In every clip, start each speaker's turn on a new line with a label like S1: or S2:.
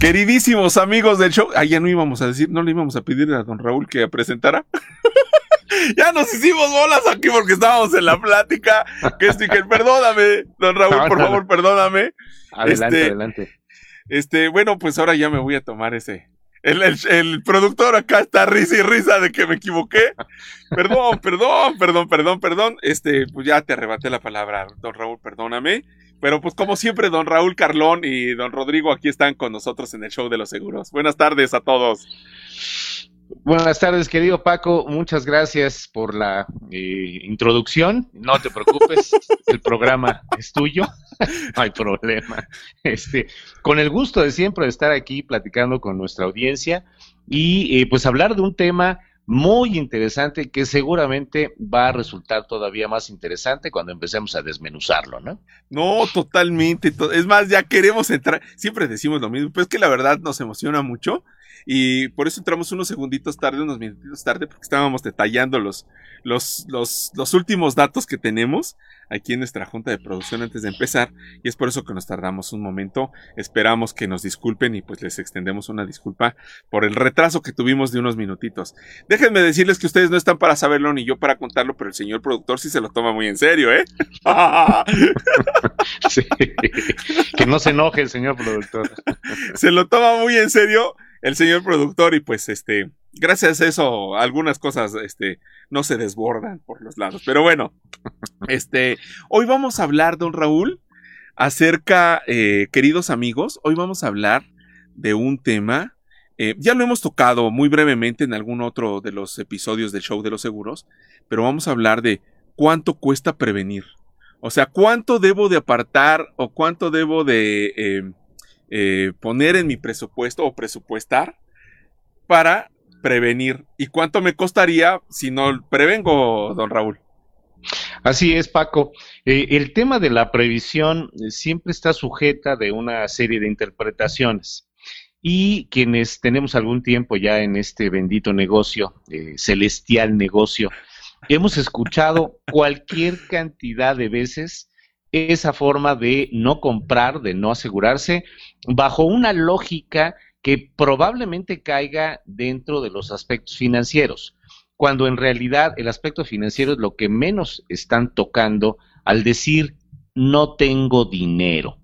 S1: Queridísimos amigos del show. Ya no íbamos a decir, no le íbamos a pedir a don Raúl que presentara. Ya nos hicimos bolas aquí porque estábamos en la plática. Perdóname, don Raúl, por favor, perdóname.
S2: Adelante.
S1: Bueno, pues ahora ya me voy a tomar ese. El productor acá está risa y risa de que me equivoqué. Perdón. Pues ya te arrebaté la palabra, don Raúl, perdóname. Pero pues como siempre, don Raúl Carlón y don Rodrigo aquí están con nosotros en el show de los seguros. Buenas tardes a todos.
S2: Buenas tardes, querido Paco. Muchas gracias por la introducción. No te preocupes, el programa es tuyo. No hay problema. Con el gusto de siempre de estar aquí platicando con nuestra audiencia y pues hablar de un tema muy interesante que seguramente va a resultar todavía más interesante cuando empecemos a desmenuzarlo, ¿no?
S1: No, totalmente. Es más, ya queremos entrar. Siempre decimos lo mismo, pero es que la verdad nos emociona mucho. Y por eso entramos unos minutitos tarde, porque estábamos detallando los últimos datos que tenemos aquí en nuestra junta de producción antes de empezar, y es por eso que nos tardamos un momento. Esperamos que nos disculpen y pues les extendemos una disculpa por el retraso que tuvimos de unos minutitos. Déjenme decirles que ustedes no están para saberlo ni yo para contarlo, pero el señor productor sí se lo toma muy en serio, ¿eh?
S2: Sí, que no se enoje el señor productor.
S1: Se lo toma muy en serio el señor productor y pues gracias a eso algunas cosas no se desbordan por los lados, pero bueno, hoy vamos a hablar, don Raúl, acerca, queridos amigos, hoy vamos a hablar de un tema, ya lo hemos tocado muy brevemente en algún otro de los episodios del show de los seguros, pero vamos a hablar de cuánto cuesta prevenir, o sea, cuánto debo de apartar o cuánto debo de poner en mi presupuesto o presupuestar para prevenir, y cuánto me costaría si no prevengo, don Raúl.
S2: Así es, Paco. El tema de la previsión siempre está sujeta de una serie de interpretaciones. Y quienes tenemos algún tiempo ya en este bendito negocio, celestial negocio, hemos escuchado cualquier cantidad de veces esa forma de no comprar, de no asegurarse, bajo una lógica que probablemente caiga dentro de los aspectos financieros, cuando en realidad el aspecto financiero es lo que menos están tocando al decir no tengo dinero.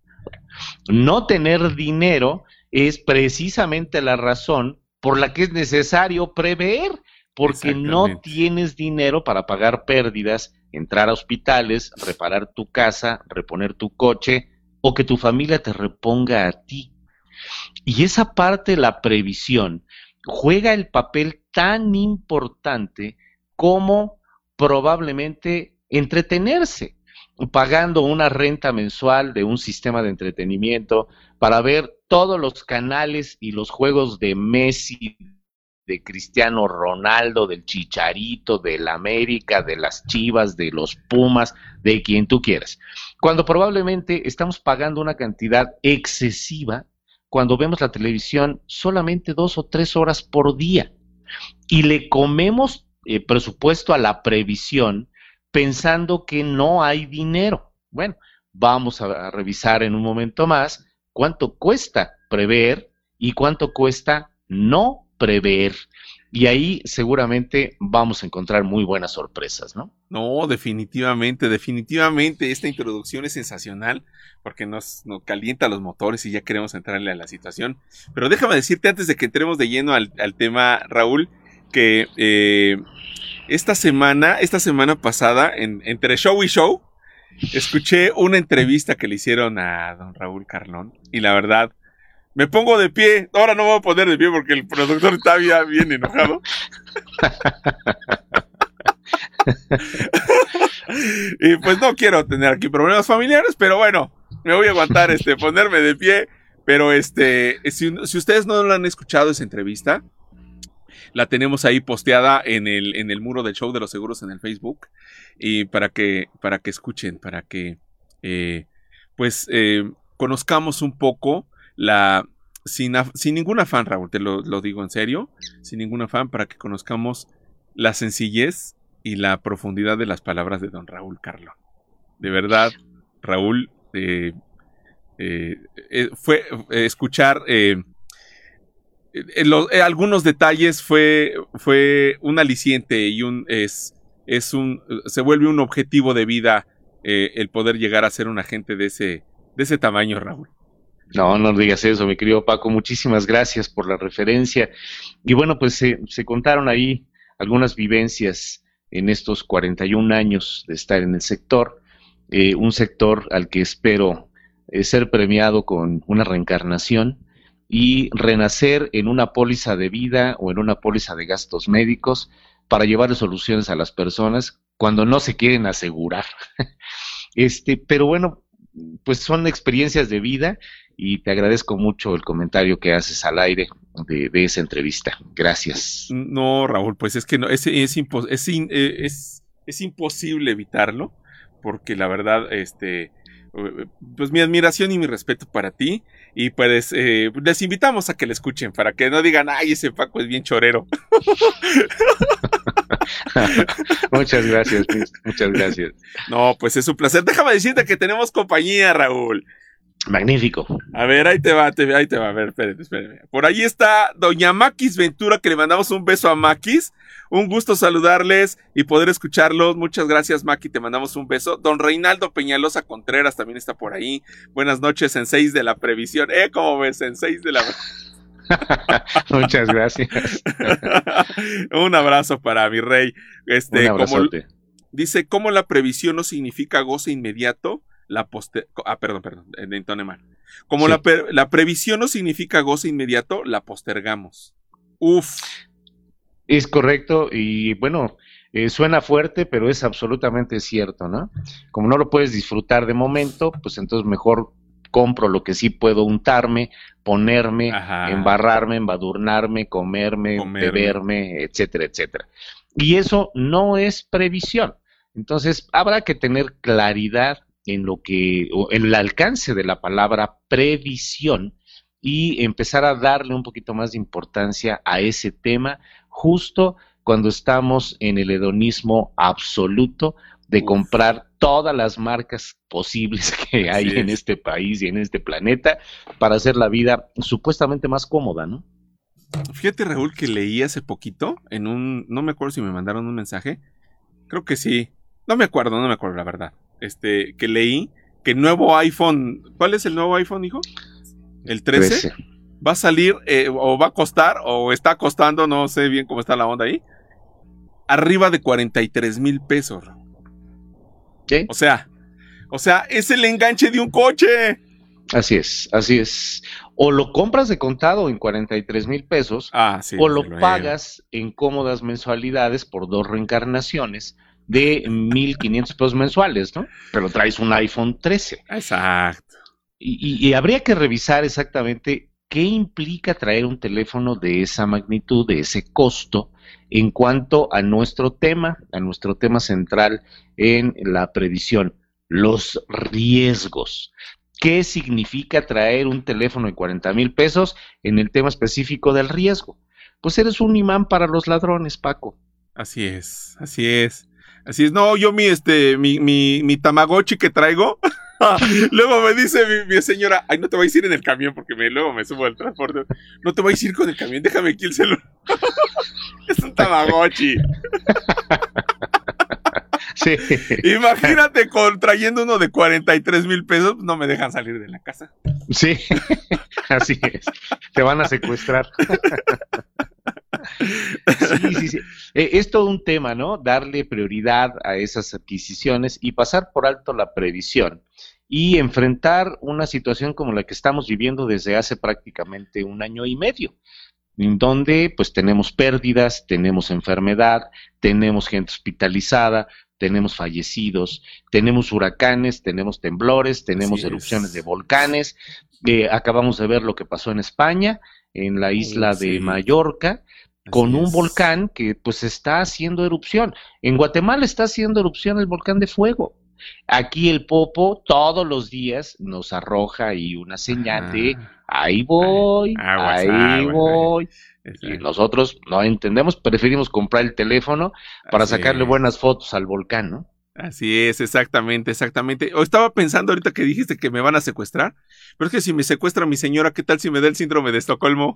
S2: No tener dinero es precisamente la razón por la que es necesario prever, porque no tienes dinero para pagar pérdidas, entrar a hospitales, reparar tu casa, reponer tu coche o que tu familia te reponga a ti. Y esa parte de la previsión juega el papel tan importante como probablemente entretenerse, pagando una renta mensual de un sistema de entretenimiento para ver todos los canales y los juegos de Messi, de Cristiano Ronaldo, del Chicharito, del América, de las Chivas, de los Pumas, de quien tú quieras. Cuando probablemente estamos pagando una cantidad excesiva cuando vemos la televisión solamente 2 o 3 horas por día y le comemos presupuesto a la previsión pensando que no hay dinero. Bueno, vamos a revisar en un momento más cuánto cuesta prever y cuánto cuesta no prever. Y ahí seguramente vamos a encontrar muy buenas sorpresas, ¿no?
S1: No, definitivamente, esta introducción es sensacional porque nos calienta los motores y ya queremos entrarle a la situación. Pero déjame decirte antes de que entremos de lleno al tema, Raúl, que esta semana pasada, entre show y show, escuché una entrevista que le hicieron a don Raúl Carlón y la verdad, me pongo de pie. Ahora no me voy a poner de pie porque el productor está bien enojado. Y pues no quiero tener aquí problemas familiares, pero bueno, me voy a aguantar ponerme de pie. Pero si ustedes no lo han escuchado esa entrevista, la tenemos ahí posteada en el muro del show de los seguros en el Facebook, y para que escuchen, para que conozcamos un poco sin ningún afán, Raúl, te lo digo en serio, sin ningún afán, para que conozcamos la sencillez y la profundidad de las palabras de don Raúl Carlón. De verdad, Raúl, fue escuchar algunos detalles fue un aliciente y se vuelve un objetivo de vida el poder llegar a ser un agente de ese tamaño, Raúl.
S2: No, no digas eso, mi querido Paco, muchísimas gracias por la referencia. Y bueno, pues se contaron ahí algunas vivencias en estos 41 años de estar en el sector, un sector al que espero ser premiado con una reencarnación y renacer en una póliza de vida o en una póliza de gastos médicos para llevar soluciones a las personas cuando no se quieren asegurar. Pero bueno, pues son experiencias de vida y te agradezco mucho el comentario que haces al aire de esa entrevista. Gracias.
S1: No, Raúl, pues es que no, es imposible evitarlo, porque la verdad, pues mi admiración y mi respeto para ti, y pues les invitamos a que le escuchen, para que no digan, ay, ese Paco es bien chorero.
S2: Muchas gracias, muchas gracias.
S1: No, pues es un placer. Déjame decirte que tenemos compañía, Raúl.
S2: Magnífico.
S1: A ver, ahí te va. A ver, espérame. Por ahí está doña Maquis Ventura, que le mandamos un beso a Maquis. Un gusto saludarles y poder escucharlos. Muchas gracias, Maqui, te mandamos un beso. Don Reinaldo Peñalosa Contreras también está por ahí. Buenas noches, senseis de la previsión. ¿Cómo ves, senseis de la
S2: Muchas gracias.
S1: Un abrazo para mi rey.
S2: Un abrazote.
S1: Dice, ¿cómo la previsión no significa goce inmediato? Perdón, entone mal. Como sí. La previsión no significa goce inmediato, la postergamos. Uf.
S2: Es correcto y bueno, suena fuerte, pero es absolutamente cierto, ¿no? Como no lo puedes disfrutar de momento, pues entonces mejor compro lo que sí puedo untarme, ponerme, embarrarme, embadurnarme, comerme, beberme, etcétera, etcétera. Y eso no es previsión. Entonces habrá que tener claridad en el alcance de la palabra previsión y empezar a darle un poquito más de importancia a ese tema justo cuando estamos en el hedonismo absoluto de comprar todas las marcas posibles que hay en este país y en este planeta para hacer la vida supuestamente más cómoda, ¿no?
S1: Fíjate, Raúl, que leí hace poquito no me acuerdo si me mandaron un mensaje, creo que sí, no me acuerdo la verdad, que leí que el nuevo iPhone, ¿cuál es el nuevo iPhone, hijo? El 13. Va a salir, o va a costar, o está costando, no sé bien cómo está la onda ahí, arriba de 43,000 pesos.
S2: ¿Qué?
S1: O sea, es el enganche de un coche.
S2: Así es. O lo compras de contado en 43,000 pesos, o lo pagas en cómodas mensualidades por 2 reencarnaciones de 1,500 pesos mensuales, ¿no? Pero traes un iPhone 13.
S1: Exacto.
S2: Y habría que revisar exactamente qué implica traer un teléfono de esa magnitud, de ese costo, en cuanto a nuestro tema central en la previsión, los riesgos. ¿Qué significa traer un teléfono de 40,000 pesos en el tema específico del riesgo? Pues eres un imán para los ladrones, Paco.
S1: Así es. No, yo mi Tamagotchi que traigo, luego me dice mi señora, ay, no te vais a ir en el camión porque luego me subo al transporte. No te vais a ir con el camión, déjame aquí el celular. Es un Tamagotchi.
S2: Sí.
S1: Imagínate trayendo uno de 43,000 pesos, no me dejan salir de la casa.
S2: Sí, así es. Te van a secuestrar. Sí. Es todo un tema, ¿no? Darle prioridad a esas adquisiciones y pasar por alto la previsión y enfrentar una situación como la que estamos viviendo desde hace prácticamente 1 año y medio, en donde pues tenemos pérdidas, tenemos enfermedad, tenemos gente hospitalizada, tenemos fallecidos, tenemos huracanes, tenemos temblores, tenemos erupciones de volcanes, acabamos de ver lo que pasó en España, en la isla de Mallorca, con un volcán que pues está haciendo erupción. En Guatemala está haciendo erupción el volcán de Fuego. Aquí el Popo todos los días nos arroja ahí una señal de ahí voy. Y nosotros no entendemos, preferimos comprar el teléfono para sacarle buenas fotos al volcán, ¿no?
S1: Así es, exactamente, exactamente. O estaba pensando ahorita que dijiste que me van a secuestrar, pero es que si me secuestra mi señora, ¿qué tal si me da el síndrome de Estocolmo?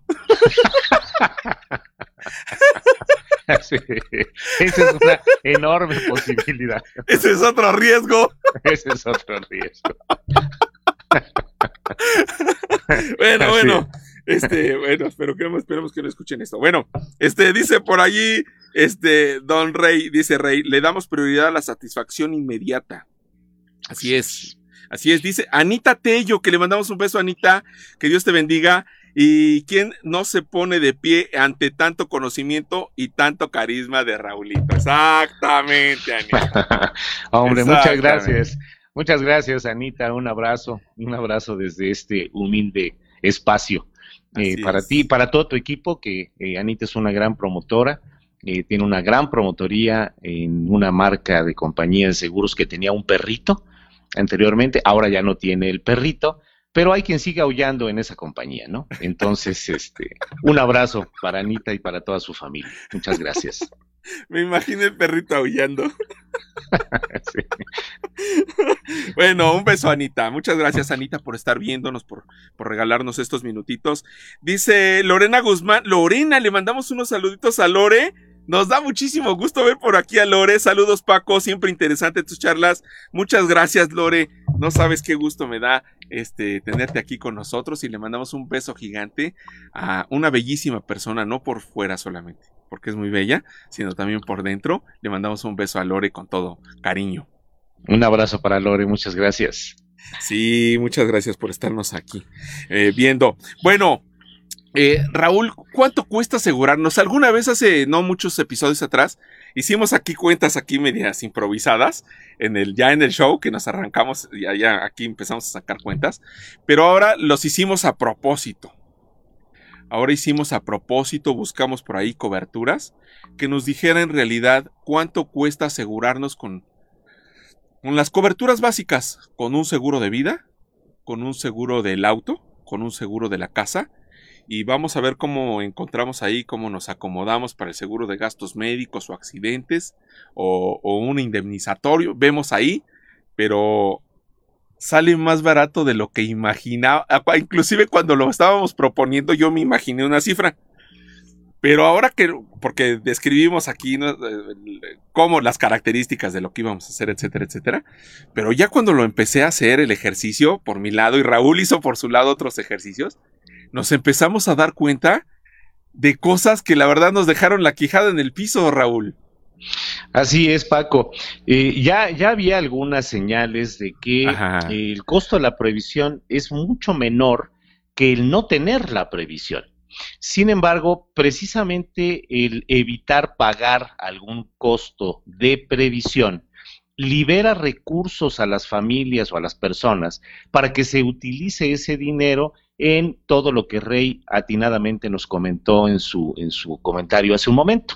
S2: Sí, esa es una enorme posibilidad.
S1: Ese es otro riesgo.
S2: Ese es otro riesgo.
S1: Bueno,
S2: Así
S1: bueno, bueno, esperemos que no escuchen esto. Bueno, dice por allí, Don Rey, dice Rey, le damos prioridad a la satisfacción inmediata. Así es, dice Anita Tello, que le mandamos un beso a Anita, que Dios te bendiga. ¿Y quién no se pone de pie ante tanto conocimiento y tanto carisma de Raulito? Exactamente, Anita.
S2: Hombre, muchas gracias. Muchas gracias, Anita. Un abrazo desde este humilde espacio. Para ti y para todo tu equipo, que Anita es una gran promotora, tiene una gran promotoría en una marca de compañía de seguros que tenía un perrito anteriormente, ahora ya no tiene el perrito, pero hay quien sigue aullando en esa compañía, ¿no? Entonces, un abrazo para Anita y para toda su familia. Muchas gracias.
S1: Me imagino el perrito aullando.
S2: Sí.
S1: Bueno, un beso, Anita. Muchas gracias, Anita, por estar viéndonos, por regalarnos estos minutitos. Dice Lorena Guzmán. Lorena, le mandamos unos saluditos a Lore. Nos da muchísimo gusto ver por aquí a Lore. Saludos, Paco. Siempre interesante tus charlas. Muchas gracias, Lore. No sabes qué gusto me da tenerte aquí con nosotros, y le mandamos un beso gigante a una bellísima persona, no por fuera solamente, porque es muy bella, sino también por dentro. Le mandamos un beso a Lore con todo cariño.
S2: Un abrazo para Lore, muchas gracias.
S1: Sí, muchas gracias por estarnos aquí viendo. Bueno, Raúl, ¿cuánto cuesta asegurarnos? Alguna vez hace no muchos episodios atrás hicimos aquí cuentas aquí medias improvisadas ya en el show que nos arrancamos, ya aquí empezamos a sacar cuentas, pero ahora los hicimos a propósito. Buscamos por ahí coberturas que nos dijera en realidad cuánto cuesta asegurarnos con las coberturas básicas, con un seguro de vida, con un seguro del auto, con un seguro de la casa. Y vamos a ver cómo encontramos ahí, cómo nos acomodamos para el seguro de gastos médicos o accidentes o un indemnizatorio. Vemos ahí, pero sale más barato de lo que imaginaba. Inclusive cuando lo estábamos proponiendo yo me imaginé una cifra. Pero ahora porque describimos aquí, ¿no?, cómo las características de lo que íbamos a hacer, etcétera, etcétera. Pero ya cuando lo empecé a hacer el ejercicio por mi lado y Raúl hizo por su lado otros ejercicios, nos empezamos a dar cuenta de cosas que la verdad nos dejaron la quijada en el piso, Raúl.
S2: Así es, Paco. Ya había algunas señales de que el costo de la previsión es mucho menor que el no tener la previsión. Sin embargo, precisamente el evitar pagar algún costo de previsión libera recursos a las familias o a las personas para que se utilice ese dinero en todo lo que Rey atinadamente nos comentó en su comentario hace un momento.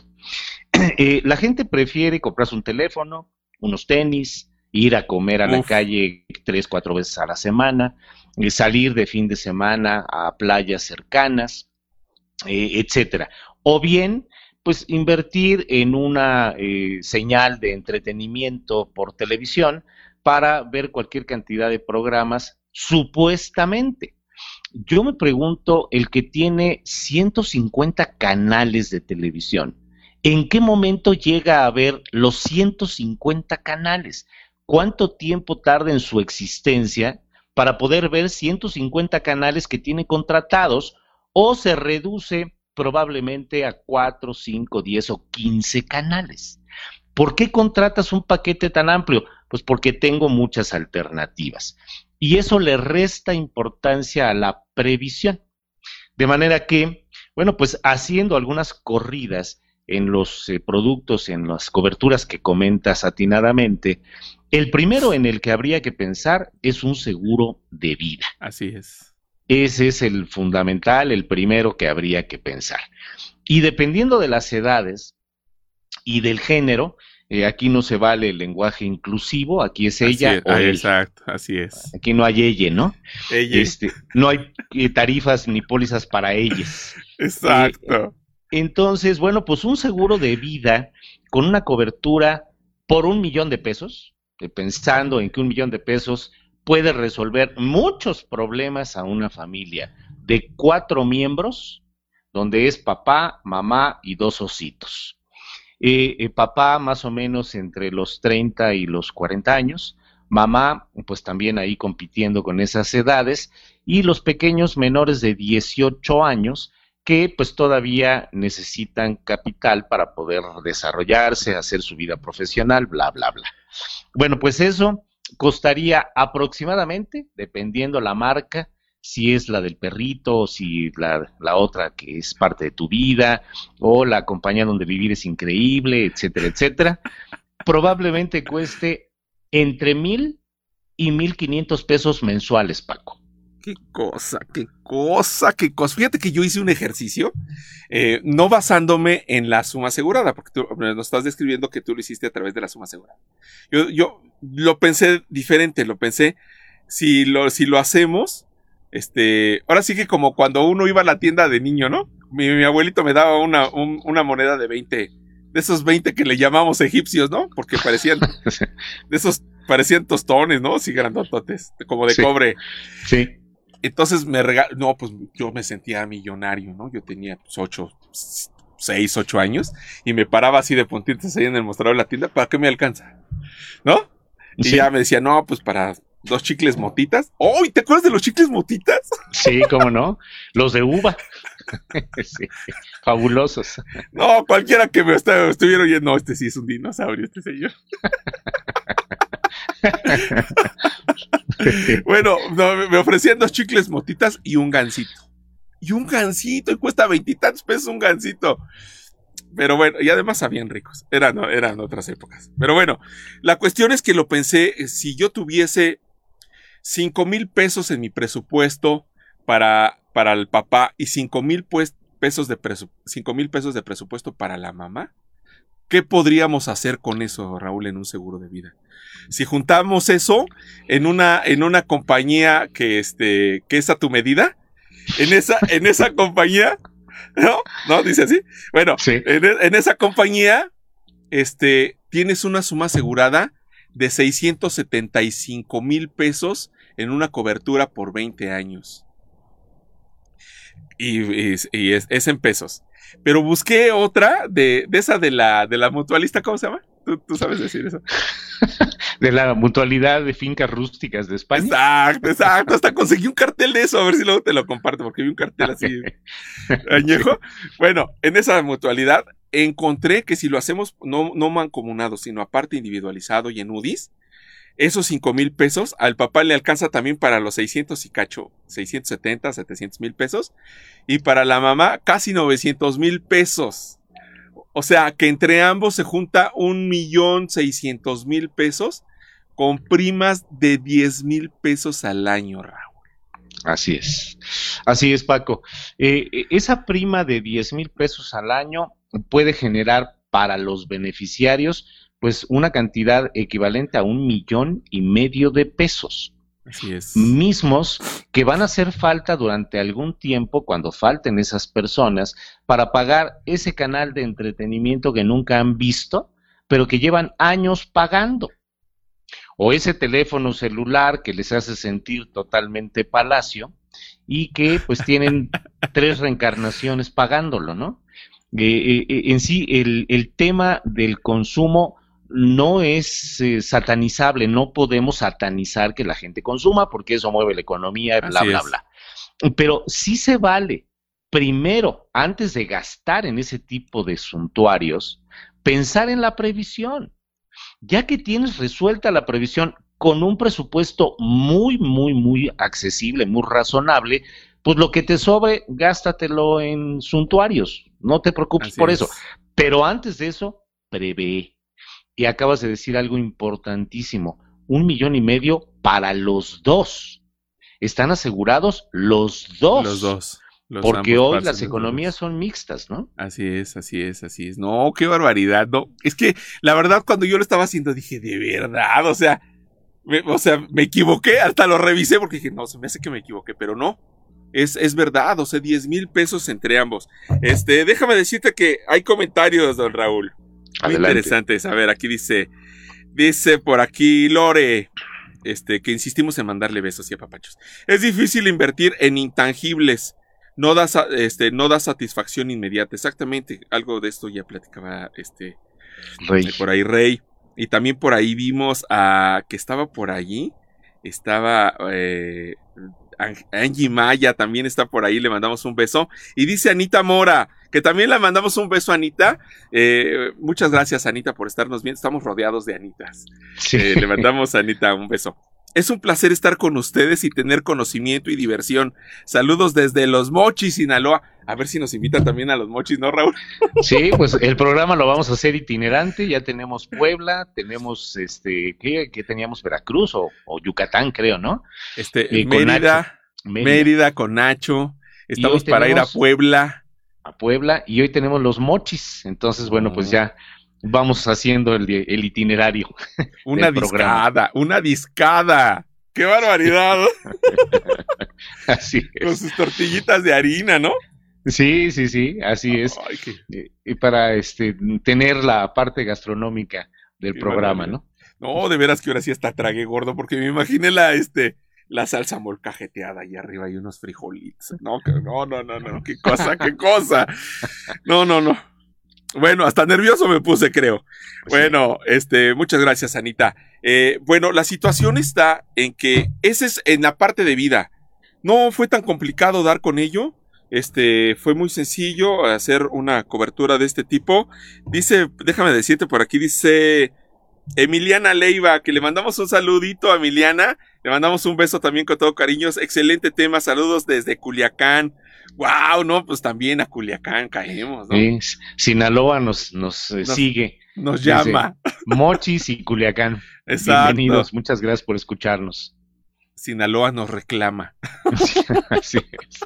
S2: La gente prefiere comprarse un teléfono, unos tenis, ir a comer a la calle 3-4 veces a la semana, salir de fin de semana a playas cercanas, etcétera. O bien, pues invertir en una señal de entretenimiento por televisión para ver cualquier cantidad de programas, supuestamente. Yo me pregunto, el que tiene 150 canales de televisión, ¿en qué momento llega a ver los 150 canales? ¿Cuánto tiempo tarda en su existencia para poder ver 150 canales que tiene contratados, o se reduce probablemente a 4, 5, 10 o 15 canales? ¿Por qué contratas un paquete tan amplio? Pues porque tengo muchas alternativas. Y eso le resta importancia a la previsión. De manera que, bueno, pues haciendo algunas corridas en los productos, en las coberturas que comentas atinadamente, el primero en el que habría que pensar es un seguro de vida.
S1: Así es.
S2: Ese es el fundamental, el primero que habría que pensar. Y dependiendo de las edades y del género, aquí no se vale el lenguaje inclusivo, aquí es ella o él.
S1: Exacto, así es.
S2: Aquí no hay ella, ¿no?
S1: Ella.
S2: No hay tarifas ni pólizas para ellas.
S1: Exacto.
S2: Entonces, bueno, pues un seguro de vida con una cobertura por $1,000,000, pensando en que $1,000,000 puede resolver muchos problemas a una familia de 4 miembros, donde es papá, mamá y 2 ositos. Papá más o menos entre los 30 y los 40 años, mamá pues también ahí compitiendo con esas edades, y los pequeños menores de 18 años que pues todavía necesitan capital para poder desarrollarse, hacer su vida profesional, bla, bla, bla. Bueno, pues eso costaría aproximadamente, dependiendo la marca, si es la del perrito, si la otra que es parte de tu vida, o la compañía donde vivir es increíble, etcétera, etcétera, probablemente cueste entre 1,000 y 1,500 pesos mensuales, Paco.
S1: Qué cosa, qué cosa, qué cosa. Fíjate que yo hice un ejercicio, no basándome en la suma asegurada, porque tú nos estás describiendo que tú lo hiciste a través de la suma asegurada. Yo lo pensé diferente, lo pensé, si lo hacemos, ahora sí que como cuando uno iba a la tienda de niño, ¿no? Mi abuelito me daba una moneda de 20, de esos 20 que le llamamos egipcios, ¿no? Porque parecían, parecían tostones, ¿no? Sí, grandototes, como de cobre.
S2: Sí.
S1: Entonces no, pues yo me sentía millonario, ¿no? Yo tenía 6, 8 años y me paraba así de puntitas ahí en el mostrador de la tienda, ¿para qué me alcanza? ¿No? Y sí, ya me decía, no, pues para 2 chicles motitas. ¡Oh! ¿Te acuerdas de los chicles motitas?
S2: Sí, cómo no. Los de uva. Sí, fabulosos.
S1: No, cualquiera que me estuviera oyendo, no, este sí es un dinosaurio, este señor. Bueno, no, me ofrecían 2 chicles motitas y un gansito. Y cuesta 20 y tantos pesos un gansito. Pero bueno, y además sabían ricos. Eran otras épocas. Pero bueno, la cuestión es que lo pensé, si yo tuviese 5,000 pesos en mi presupuesto para el papá y 5,000 pesos de presupuesto para la mamá, ¿qué podríamos hacer con eso, Raúl, en un seguro de vida? Si juntamos eso en una compañía que es a tu medida, en esa compañía, ¿no? Dice así. Bueno, sí. En esa compañía, tienes una suma asegurada de 675,000 pesos en una cobertura por 20 años. Y es en pesos. Pero busqué otra de esa de la mutualista, ¿cómo se llama? ¿Tú sabes decir eso?
S2: De la mutualidad de fincas rústicas de España.
S1: Exacto. Hasta conseguí un cartel de eso, a ver si luego te lo comparto, porque vi un cartel así añejo. Bueno, en esa mutualidad encontré que si lo hacemos no mancomunado, sino aparte individualizado y en UDIs, esos 5,000 pesos al papá le alcanza también para los 600 y cacho, 670, 700,000 pesos, y para la mamá casi 900,000 pesos. O sea, que entre ambos se junta 1,600,000 pesos con primas de 10,000 pesos al año, Raúl.
S2: Así es, Paco. Esa prima de 10,000 pesos al año puede generar para los beneficiarios pues una cantidad equivalente a 1,500,000 de pesos.
S1: Así es.
S2: Mismos que van a hacer falta durante algún tiempo cuando falten esas personas para pagar ese canal de entretenimiento que nunca han visto, pero que llevan años pagando. O ese teléfono celular que les hace sentir totalmente palacio y que pues tienen 3 reencarnaciones pagándolo, ¿no? En sí, el tema del consumo no es satanizable, no podemos satanizar que la gente consuma porque eso mueve la economía, bla, bla, bla. Pero sí se vale, primero, antes de gastar en ese tipo de suntuarios, pensar en la previsión. Ya que tienes resuelta la previsión con un presupuesto muy, muy, muy accesible, muy razonable, pues lo que te sobre, gástatelo en suntuarios, no te preocupes por eso. Pero antes de eso, prevé. Y acabas de decir algo importantísimo, 1,500,000 para los dos. Están asegurados los dos.
S1: Los dos.
S2: Porque hoy las economías son mixtas, ¿no?
S1: Así es. No, qué barbaridad, no. Es que, la verdad, cuando yo lo estaba haciendo, dije, de verdad, o sea, me equivoqué, hasta lo revisé porque dije, no, se me hace que me equivoqué, pero no. Es verdad, o sea, 10,000 pesos entre ambos. Déjame decirte que hay comentarios, don Raúl. Muy interesantes. A ver, aquí dice, Dice por aquí Lore, que insistimos en mandarle besos y apapachos. Es difícil invertir en intangibles. No da satisfacción inmediata. Exactamente, algo de esto ya platicaba
S2: Rey.
S1: Por ahí Rey. Y también por ahí vimos a que estaba por allí. Estaba Angie Maya, también está por ahí, le mandamos un beso. Y dice Anita Mora, que también le mandamos un beso a Anita. Muchas gracias, Anita, por estarnos viendo. Estamos rodeados de Anitas.
S2: Sí.
S1: Le mandamos a Anita un beso. Es un placer estar con ustedes y tener conocimiento y diversión. Saludos desde Los Mochis, Sinaloa. A ver si nos invitan también a Los Mochis, ¿no, Raúl?
S2: Sí, pues el programa lo vamos a hacer itinerante. Ya tenemos Puebla, tenemos ¿qué teníamos? Veracruz o Yucatán, creo, ¿no?
S1: Mérida con Nacho. Estamos para ir a Puebla.
S2: A Puebla, y hoy tenemos Los Mochis. Entonces, bueno, pues ya vamos haciendo el itinerario.
S1: Una discada. ¡Qué barbaridad!
S2: Así es.
S1: Con sus tortillitas de harina, ¿no?
S2: Sí, así es. Y para tener la parte gastronómica del programa, ¿no?
S1: No, de veras que ahora sí hasta tragué gordo, porque me imaginé la salsa molcajeteada ahí arriba y unos frijolitos. No, qué cosa. No. Bueno, hasta nervioso me puse, creo. Bueno, muchas gracias, Anita. Bueno, la situación está en que ese es en la parte de vida. No fue tan complicado dar con ello. Fue muy sencillo hacer una cobertura de este tipo. Dice, déjame decirte por aquí, dice Emiliana Leiva, que le mandamos un saludito a Emiliana. Le mandamos un beso también con todo cariño. Excelente tema, saludos desde Culiacán. Wow, no, pues también a Culiacán caemos, ¿no?
S2: Sí, Sinaloa nos sigue.
S1: Nos llama.
S2: Mochis y Culiacán.
S1: Exacto.
S2: Bienvenidos, muchas gracias por escucharnos.
S1: Sinaloa nos reclama.
S2: Así es.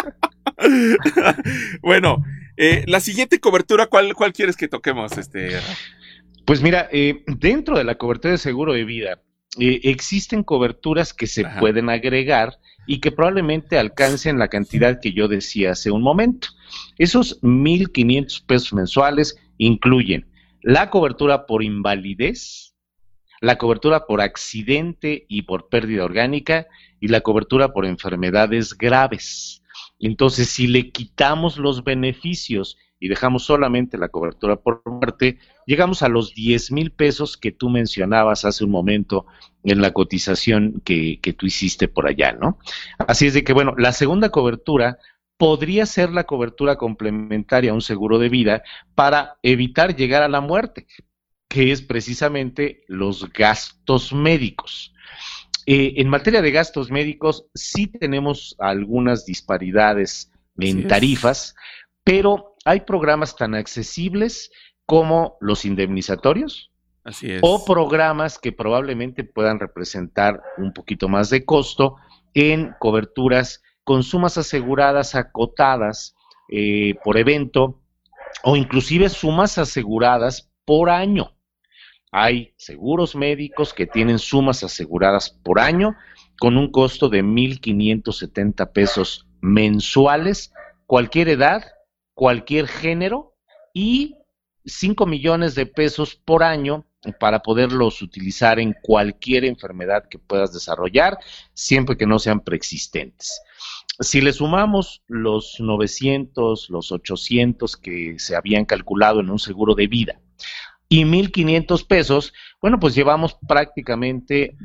S1: Bueno, la siguiente cobertura, ¿cuál quieres que toquemos?
S2: Pues mira, dentro de la cobertura de seguro de vida, existen coberturas que se pueden agregar y que probablemente alcancen la cantidad que yo decía hace un momento. Esos 1,500 pesos mensuales incluyen la cobertura por invalidez, la cobertura por accidente y por pérdida orgánica y la cobertura por enfermedades graves. Entonces, si le quitamos los beneficios y dejamos solamente la cobertura por muerte, llegamos a los 10,000 pesos que tú mencionabas hace un momento en la cotización que tú hiciste por allá, ¿no? Así es de que, bueno, la segunda cobertura podría ser la cobertura complementaria a un seguro de vida para evitar llegar a la muerte, que es precisamente los gastos médicos. En materia de gastos médicos, sí tenemos algunas disparidades en tarifas, pero hay programas tan accesibles como los indemnizatorios.
S1: Así es.
S2: O programas que probablemente puedan representar un poquito más de costo en coberturas con sumas aseguradas acotadas por evento o inclusive sumas aseguradas por año. Hay seguros médicos que tienen sumas aseguradas por año con un costo de 1,570 pesos mensuales, cualquier edad, cualquier género y 5 millones de pesos por año para poderlos utilizar en cualquier enfermedad que puedas desarrollar, siempre que no sean preexistentes. Si le sumamos los 900, los 800 que se habían calculado en un seguro de vida y 1,500 pesos, bueno, pues llevamos prácticamente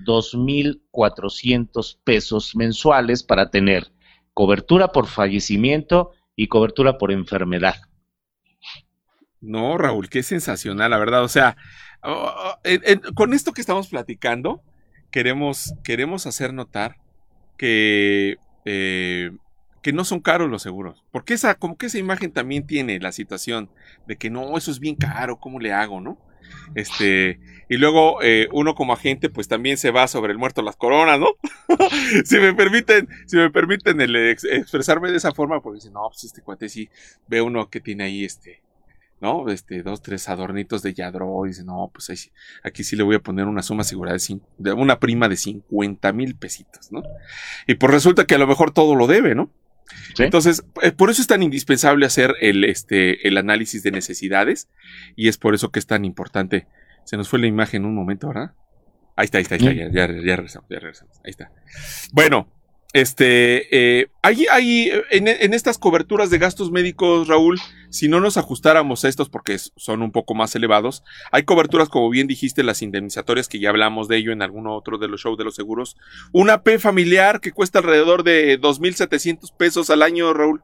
S2: 2,400 pesos mensuales para tener cobertura por fallecimiento y cobertura por enfermedad.
S1: No, Raúl, qué sensacional, la verdad. O sea, con esto que estamos platicando, queremos hacer notar que no son caros los seguros. Porque como que esa imagen también tiene la situación de que no, eso es bien caro, ¿cómo le hago, no? Y luego uno como agente pues también se va sobre el muerto las coronas, ¿no? si me permiten expresarme de esa forma, porque dicen, no, pues este cuate sí ve uno que tiene ahí ¿no? 2, 3 adornitos de Yadro, y dice, no, pues ahí sí, aquí sí le voy a poner una suma asegurada de una prima de 50,000 pesitos, ¿no? Y pues resulta que a lo mejor todo lo debe, ¿no? ¿Sí? Entonces, por eso es tan indispensable hacer el análisis de necesidades, y es por eso que es tan importante Se nos fue la imagen un momento, ¿verdad? Ahí está, ya regresamos. Ahí está. Bueno, hay en estas coberturas de gastos médicos, Raúl, si no nos ajustáramos a estos porque son un poco más elevados, hay coberturas, como bien dijiste, las indemnizatorias, que ya hablamos de ello en alguno otro de los shows de los seguros. Una P familiar que cuesta alrededor de 2,700 pesos al año, Raúl.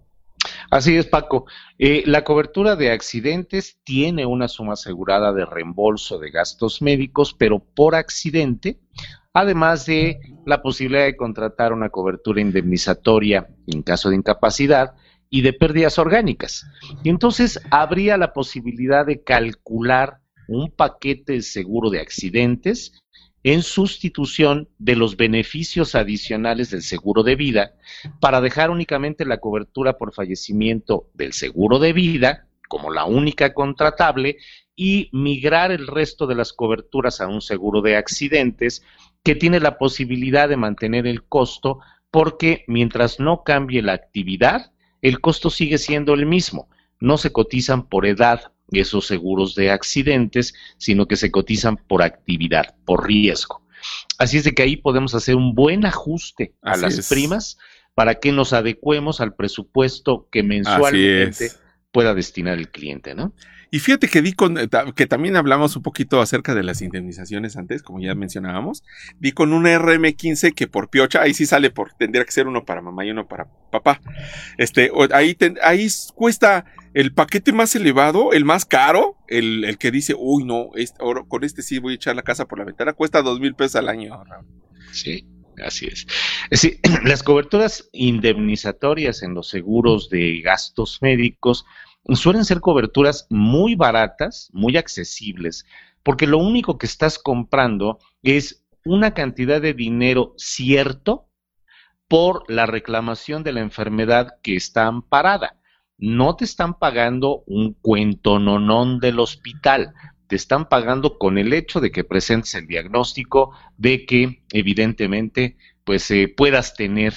S2: Así es, Paco. La cobertura de accidentes tiene una suma asegurada de reembolso de gastos médicos, pero por accidente, además de la posibilidad de contratar una cobertura indemnizatoria en caso de incapacidad y de pérdidas orgánicas. Y entonces habría la posibilidad de calcular un paquete de seguro de accidentes en sustitución de los beneficios adicionales del seguro de vida, para dejar únicamente la cobertura por fallecimiento del seguro de vida como la única contratable y migrar el resto de las coberturas a un seguro de accidentes que tiene la posibilidad de mantener el costo, porque mientras no cambie la actividad, el costo sigue siendo el mismo. No se cotizan por edad esos seguros de accidentes, sino que se cotizan por actividad, por riesgo. Así es de que ahí podemos hacer un buen ajuste a las primas para que nos adecuemos al presupuesto que mensualmente pueda destinar el cliente, ¿no?
S1: Y fíjate que que también hablamos un poquito acerca de las indemnizaciones antes, como ya mencionábamos. Di con una RM15 que por piocha, ahí sí sale tendría que ser uno para mamá y uno para papá. Ahí cuesta el paquete más elevado, el más caro, el que dice, uy, no, con este sí voy a echar la casa por la ventana, cuesta 2,000 pesos al año.
S2: Sí. Así es. Sí, las coberturas indemnizatorias en los seguros de gastos médicos suelen ser coberturas muy baratas, muy accesibles, porque lo único que estás comprando es una cantidad de dinero cierto por la reclamación de la enfermedad que está amparada. No te están pagando un cuentononón del hospital, te están pagando con el hecho de que presentes el diagnóstico de que evidentemente pues puedas tener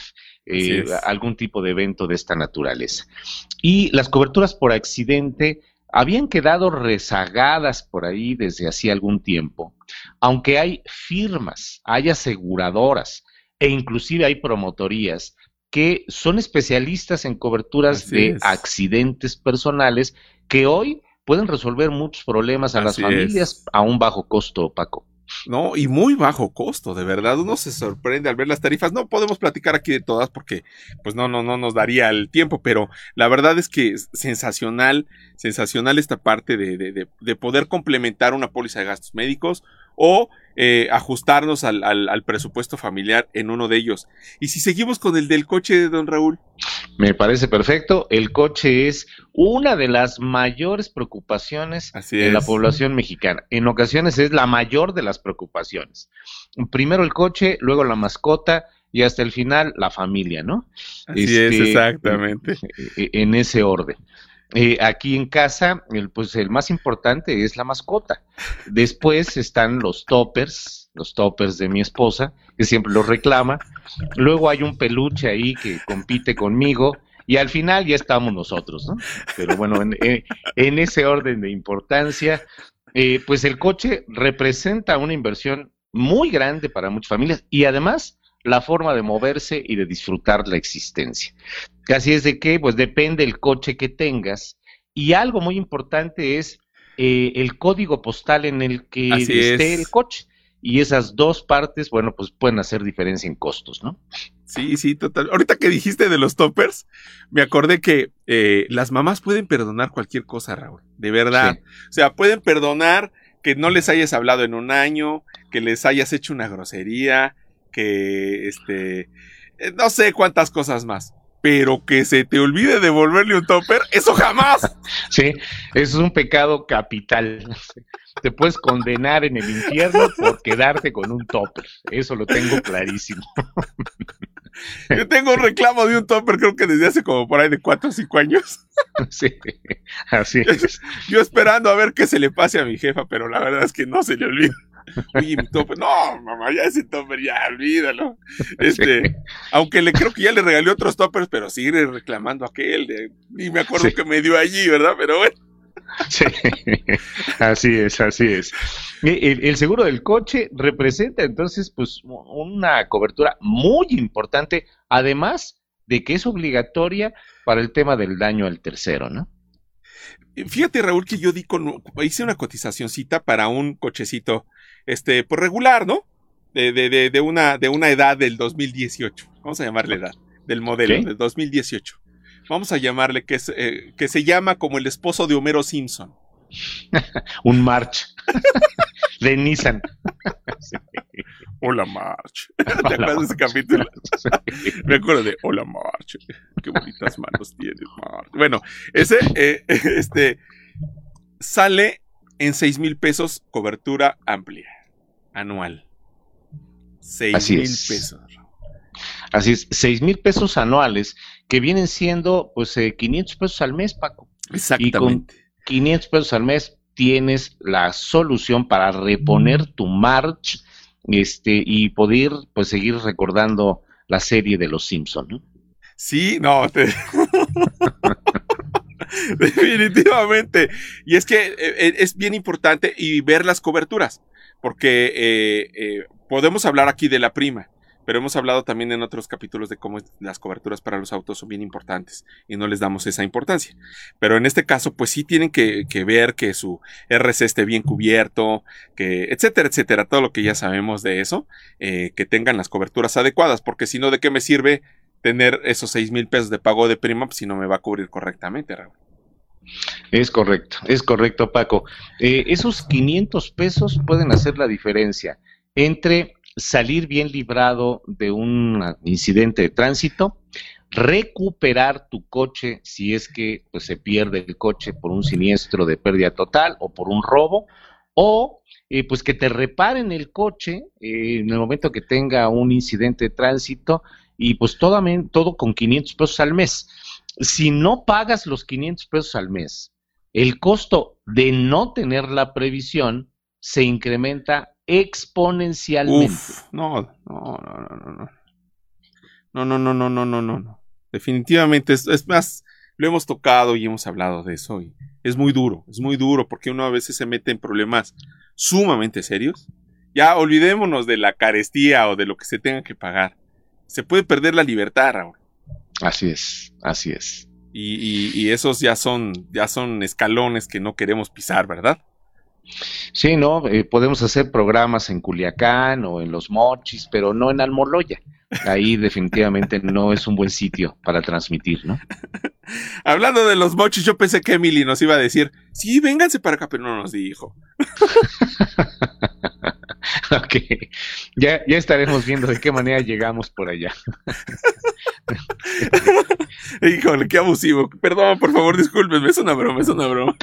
S2: algún tipo de evento de esta naturaleza. Y las coberturas por accidente habían quedado rezagadas por ahí desde hacía algún tiempo, aunque hay firmas, hay aseguradoras e inclusive hay promotorías que son especialistas en coberturas de accidentes personales que hoy pueden resolver muchos problemas a las familias a un bajo costo, Paco.
S1: No, y muy bajo costo, de verdad, uno se sorprende al ver las tarifas. No podemos platicar aquí de todas porque pues no nos daría el tiempo, pero la verdad es que es sensacional esta parte de poder complementar una póliza de gastos médicos o ajustarnos al presupuesto familiar en uno de ellos. Y si seguimos con el del coche, don Raúl.
S2: Me parece perfecto. El coche es una de las mayores preocupaciones en la población mexicana. En ocasiones es la mayor de las preocupaciones. Primero el coche, luego la mascota y hasta el final la familia, ¿no?
S1: Así es, exactamente.
S2: En ese orden. Aquí en casa, el más importante es la mascota. Después están los toppers de mi esposa, que siempre los reclama. Luego hay un peluche ahí que compite conmigo. Y al final ya estamos nosotros, ¿no? Pero bueno, en ese orden de importancia, pues el coche representa una inversión muy grande para muchas familias y además la forma de moverse y de disfrutar la existencia. Así es de que, pues depende el coche que tengas. Y algo muy importante es el código postal en el que esté el coche. Y esas dos partes, bueno, pues pueden hacer diferencia en costos, ¿no?
S1: Sí, total. Ahorita que dijiste de los toppers, me acordé que las mamás pueden perdonar cualquier cosa, Raúl. De verdad. Sí. O sea, pueden perdonar que no les hayas hablado en un año, que les hayas hecho una grosería, que no sé cuántas cosas más, pero que se te olvide devolverle un topper, eso jamás.
S2: Sí, eso es un pecado capital. Te puedes condenar en el infierno por quedarte con un topper, eso lo tengo clarísimo.
S1: Yo tengo un reclamo de un topper, creo que desde hace como por ahí de 4 o 5 años.
S2: Sí, así es.
S1: Yo esperando a ver qué se le pase a mi jefa, pero la verdad es que no se le olvida. Oye, mi topper, no, mamá, ya ese topper, ya, olvídalo. Sí. Aunque creo que ya le regalé otros toppers, pero sigue reclamando aquel. Y me acuerdo que me dio allí, ¿verdad? Pero bueno.
S2: Sí, así es, así es. El seguro del coche representa entonces pues una cobertura muy importante, además de que es obligatoria para el tema del daño al tercero, ¿no?
S1: Fíjate, Raúl, que yo hice una cotizacioncita para un cochecito, pues regular, ¿no? De una edad del 2018. Vamos a llamarle edad del modelo,
S2: ¿Ok?
S1: del 2018. Vamos a llamarle que se llama como el esposo de Homero Simpson.
S2: Un March de Nissan. Sí.
S1: Hola, March. ¿Te acuerdas de ese capítulo? Me acuerdo de Hola, March. Qué bonitas manos tienes, March. Bueno, ese, sale en 6,000 pesos, cobertura amplia, anual. Seis
S2: Así
S1: mil
S2: es.
S1: pesos.
S2: Así es, 6,000 pesos anuales, que vienen siendo pues 500 pesos al mes, Paco. Y con
S1: Exactamente.
S2: 500 pesos al mes tienes la solución para reponer tu March, y poder pues seguir recordando la serie de Los Simpson, ¿no?
S1: Sí, no, definitivamente. Y es que es bien importante y ver las coberturas, porque podemos hablar aquí de la prima, pero hemos hablado también en otros capítulos de cómo las coberturas para los autos son bien importantes y no les damos esa importancia. Pero en este caso, pues sí tienen que ver que su RC esté bien cubierto, que etcétera, etcétera, todo lo que ya sabemos de eso, que tengan las coberturas adecuadas, porque si no, ¿de qué me sirve tener esos 6,000 pesos de pago de prima pues, si no me va a cubrir correctamente, Raúl?
S2: Es correcto, Paco. Esos 500 pesos pueden hacer la diferencia entre salir bien librado de un incidente de tránsito, recuperar tu coche si es que pues, se pierde el coche por un siniestro de pérdida total o por un robo, o pues que te reparen el coche en el momento que tenga un incidente de tránsito y pues todo con 500 pesos al mes. Si no pagas los 500 pesos al mes, el costo de no tener la previsión se incrementa exponencialmente.
S1: Uf, no, no, no, no, no. No, no, no, no, no, no, no, no. Definitivamente, es más, lo hemos tocado y hemos hablado de eso. Y es muy duro, porque uno a veces se mete en problemas sumamente serios. Ya olvidémonos de la carestía o de lo que se tenga que pagar. Se puede perder la libertad, Raúl.
S2: Así es, así es.
S1: Y esos ya son escalones que no queremos pisar, ¿verdad?
S2: Sí, ¿no? Podemos hacer programas en Culiacán o en Los Mochis, pero no en Almoloya. Ahí definitivamente no es un buen sitio para transmitir, ¿no?
S1: Hablando de los mochis, yo pensé que Emily nos iba a decir, sí, vénganse para acá, pero no nos dijo.
S2: Ok, ya estaremos viendo de qué manera llegamos por allá.
S1: Híjole, qué abusivo. Perdón, por favor, discúlpenme, es una broma, es una broma.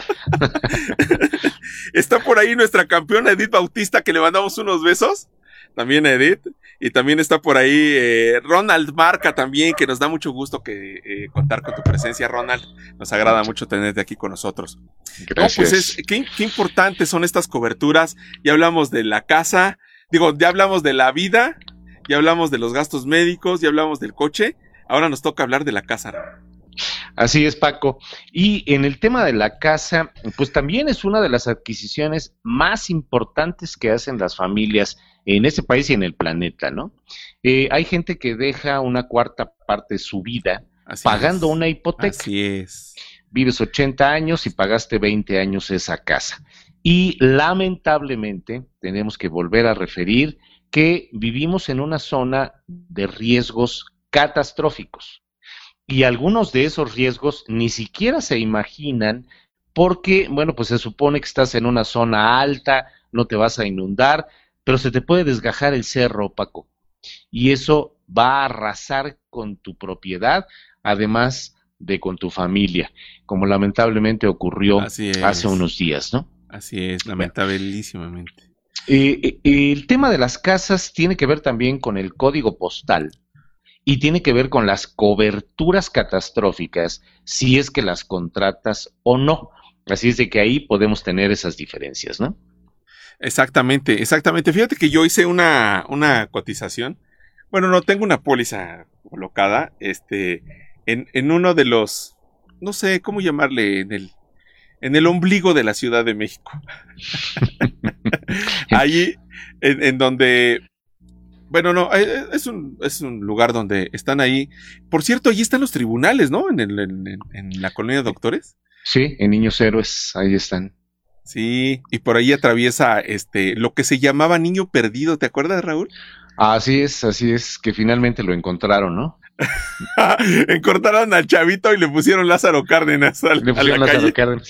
S1: Está por ahí nuestra campeona Edith Bautista, que le mandamos unos besos. También a Edith. Y también está por ahí Ronald Marca también, que nos da mucho gusto contar con tu presencia, Ronald. Nos agrada mucho tenerte aquí con nosotros.
S2: Gracias.
S1: No, pues qué importantes son estas coberturas. Ya hablamos de la casa, ya hablamos de la vida, ya hablamos de los gastos médicos, ya hablamos del coche. Ahora nos toca hablar de la casa.
S2: Así es, Paco. Y en el tema de la casa, pues también es una de las adquisiciones más importantes que hacen las familias en este país y en el planeta, ¿no? Hay gente que deja una cuarta parte de su vida pagando una hipoteca.
S1: Así es.
S2: Vives 80 años y pagaste 20 años esa casa. Y lamentablemente tenemos que volver a referir que vivimos en una zona de riesgos catastróficos. Y algunos de esos riesgos ni siquiera se imaginan porque, bueno, pues se supone que estás en una zona alta, no te vas a inundar, pero se te puede desgajar el cerro, Paco. Y eso va a arrasar con tu propiedad, además de con tu familia, como lamentablemente ocurrió hace unos días, ¿no?
S1: Así es, lamentabilísimamente.
S2: El tema de las casas tiene que ver también con el código postal. Y tiene que ver con las coberturas catastróficas, si es que las contratas o no. Así es de que ahí podemos tener esas diferencias, ¿no?
S1: Exactamente, exactamente. Fíjate que yo hice una cotización. Bueno, no tengo una póliza colocada, en uno de los, no sé cómo llamarle, en en el ombligo de la Ciudad de México. Allí, en donde, bueno, no, es un lugar donde están ahí. Por cierto, allí están los tribunales, ¿no? En la colonia de Doctores.
S2: Sí, en Niños Héroes, ahí están.
S1: Sí, y por ahí atraviesa lo que se llamaba Niño Perdido, ¿te acuerdas, Raúl?
S2: Así es, que finalmente lo encontraron, ¿no?
S1: Encortaron al chavito y le pusieron Lázaro Cárdenas a la
S2: Lázaro
S1: calle.
S2: Cárdenas.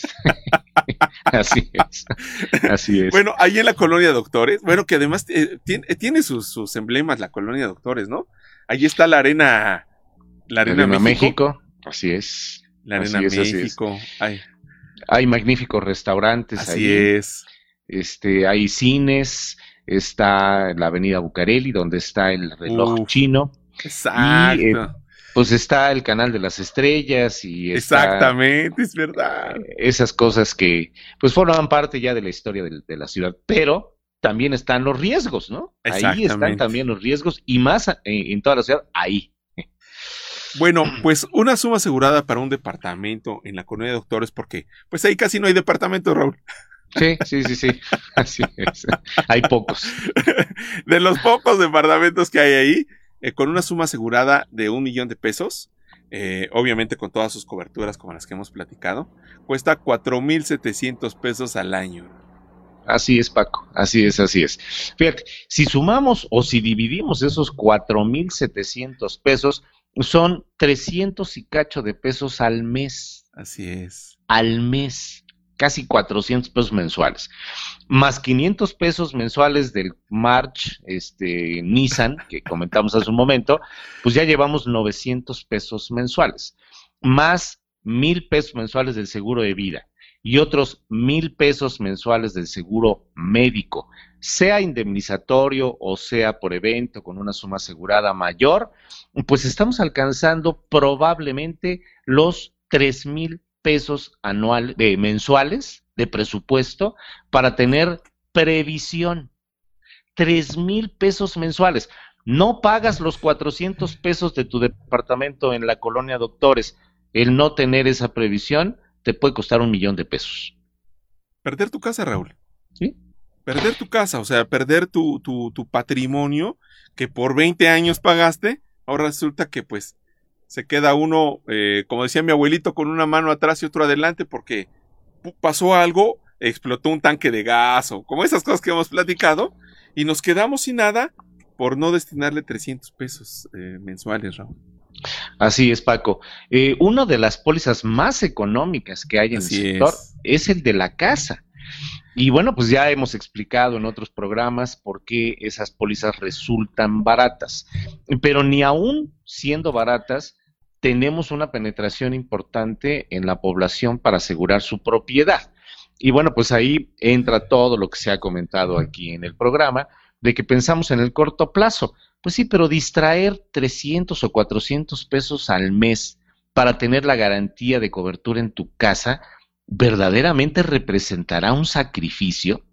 S2: Así es.
S1: Bueno, ahí en la colonia de Doctores, bueno, que además tiene sus emblemas la colonia de Doctores, ¿no? Ahí está la arena
S2: México. Así es.
S1: La arena México.
S2: Hay magníficos restaurantes
S1: así
S2: ahí.
S1: Es.
S2: Hay cines, está la avenida Bucareli, donde está el reloj chino.
S1: Exacto.
S2: Y pues está el Canal de las Estrellas y
S1: exactamente, es verdad.
S2: Esas cosas que pues forman parte ya de la historia de la ciudad, pero también están los riesgos, ¿no? Ahí están también los riesgos y más en toda la ciudad, ahí.
S1: Bueno, pues una suma asegurada para un departamento en la colonia de Doctores, porque pues ahí casi no hay departamentos, Raúl.
S2: Sí, así es. Hay pocos.
S1: De los pocos departamentos que hay ahí, con una suma asegurada de $1,000,000, obviamente con todas sus coberturas como las que hemos platicado, cuesta $4,700 al año.
S2: Así es, Paco, así es. Fíjate, si sumamos o si dividimos esos 4,700 pesos, son 300 y cacho de pesos al mes.
S1: Así es.
S2: Al mes. Casi 400 pesos mensuales, más 500 pesos mensuales del March Nissan, que comentamos hace un momento, pues ya llevamos 900 pesos mensuales, más 1,000 pesos mensuales del seguro de vida y otros 1,000 pesos mensuales del seguro médico, sea indemnizatorio o sea por evento con una suma asegurada mayor, pues estamos alcanzando probablemente los 3,000 pesos mensuales de presupuesto para tener previsión. 3,000 pesos mensuales. No pagas los 400 pesos de tu departamento en la colonia Doctores. El no tener esa previsión te puede costar $1,000,000.
S1: Perder tu casa, Raúl.
S2: ¿Sí?
S1: Perder tu casa, o sea, perder tu patrimonio que por 20 años pagaste, ahora resulta que pues se queda uno, como decía mi abuelito, con una mano atrás y otra adelante porque pasó algo, explotó un tanque de gas o como esas cosas que hemos platicado y nos quedamos sin nada por no destinarle 300 pesos mensuales, Raúl.
S2: Así es, Paco. Una de las pólizas más económicas que hay en el sector es el de la casa. Y bueno, pues ya hemos explicado en otros programas por qué esas pólizas resultan baratas. Pero ni aún siendo baratas, tenemos una penetración importante en la población para asegurar su propiedad. Y bueno, pues ahí entra todo lo que se ha comentado aquí en el programa, de que pensamos en el corto plazo. Pues sí, pero distraer 300 o 400 pesos al mes para tener la garantía de cobertura en tu casa, ¿verdaderamente representará un sacrificio?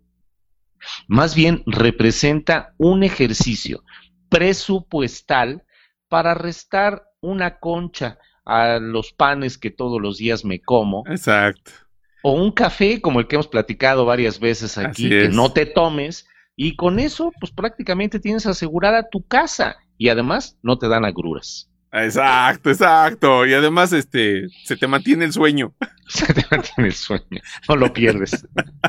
S2: Más bien representa un ejercicio presupuestal para restar una concha a los panes que todos los días me como.
S1: Exacto.
S2: O un café como el que hemos platicado varias veces aquí, que no te tomes, y con eso pues prácticamente tienes asegurada tu casa y además no te dan agruras.
S1: Exacto. Y además se te mantiene el sueño.
S2: Se te mantiene el sueño, no lo pierdes.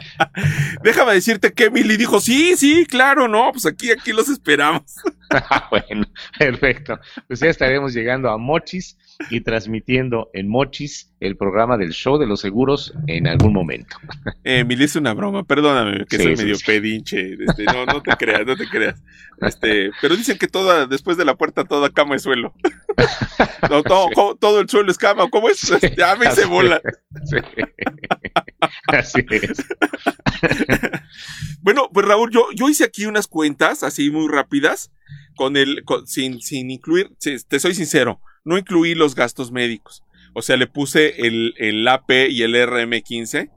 S1: Déjame decirte que Emily dijo, sí, claro, no, pues aquí los esperamos.
S2: Bueno, perfecto. Pues ya estaremos llegando a Mochis y transmitiendo en Mochis el programa del show de los seguros en algún momento.
S1: Emily, es una broma, perdóname que soy medio pedinche. No te creas. Pero dicen que después de la puerta toda cama es suelo. No, todo el suelo es cama, ¿cómo es? Ya me hice bola.
S2: Sí. Así es.
S1: Bueno, pues Raúl, yo hice aquí unas cuentas así muy rápidas sin incluir, te soy sincero, no incluí los gastos médicos. O sea, le puse el AP y el RM15,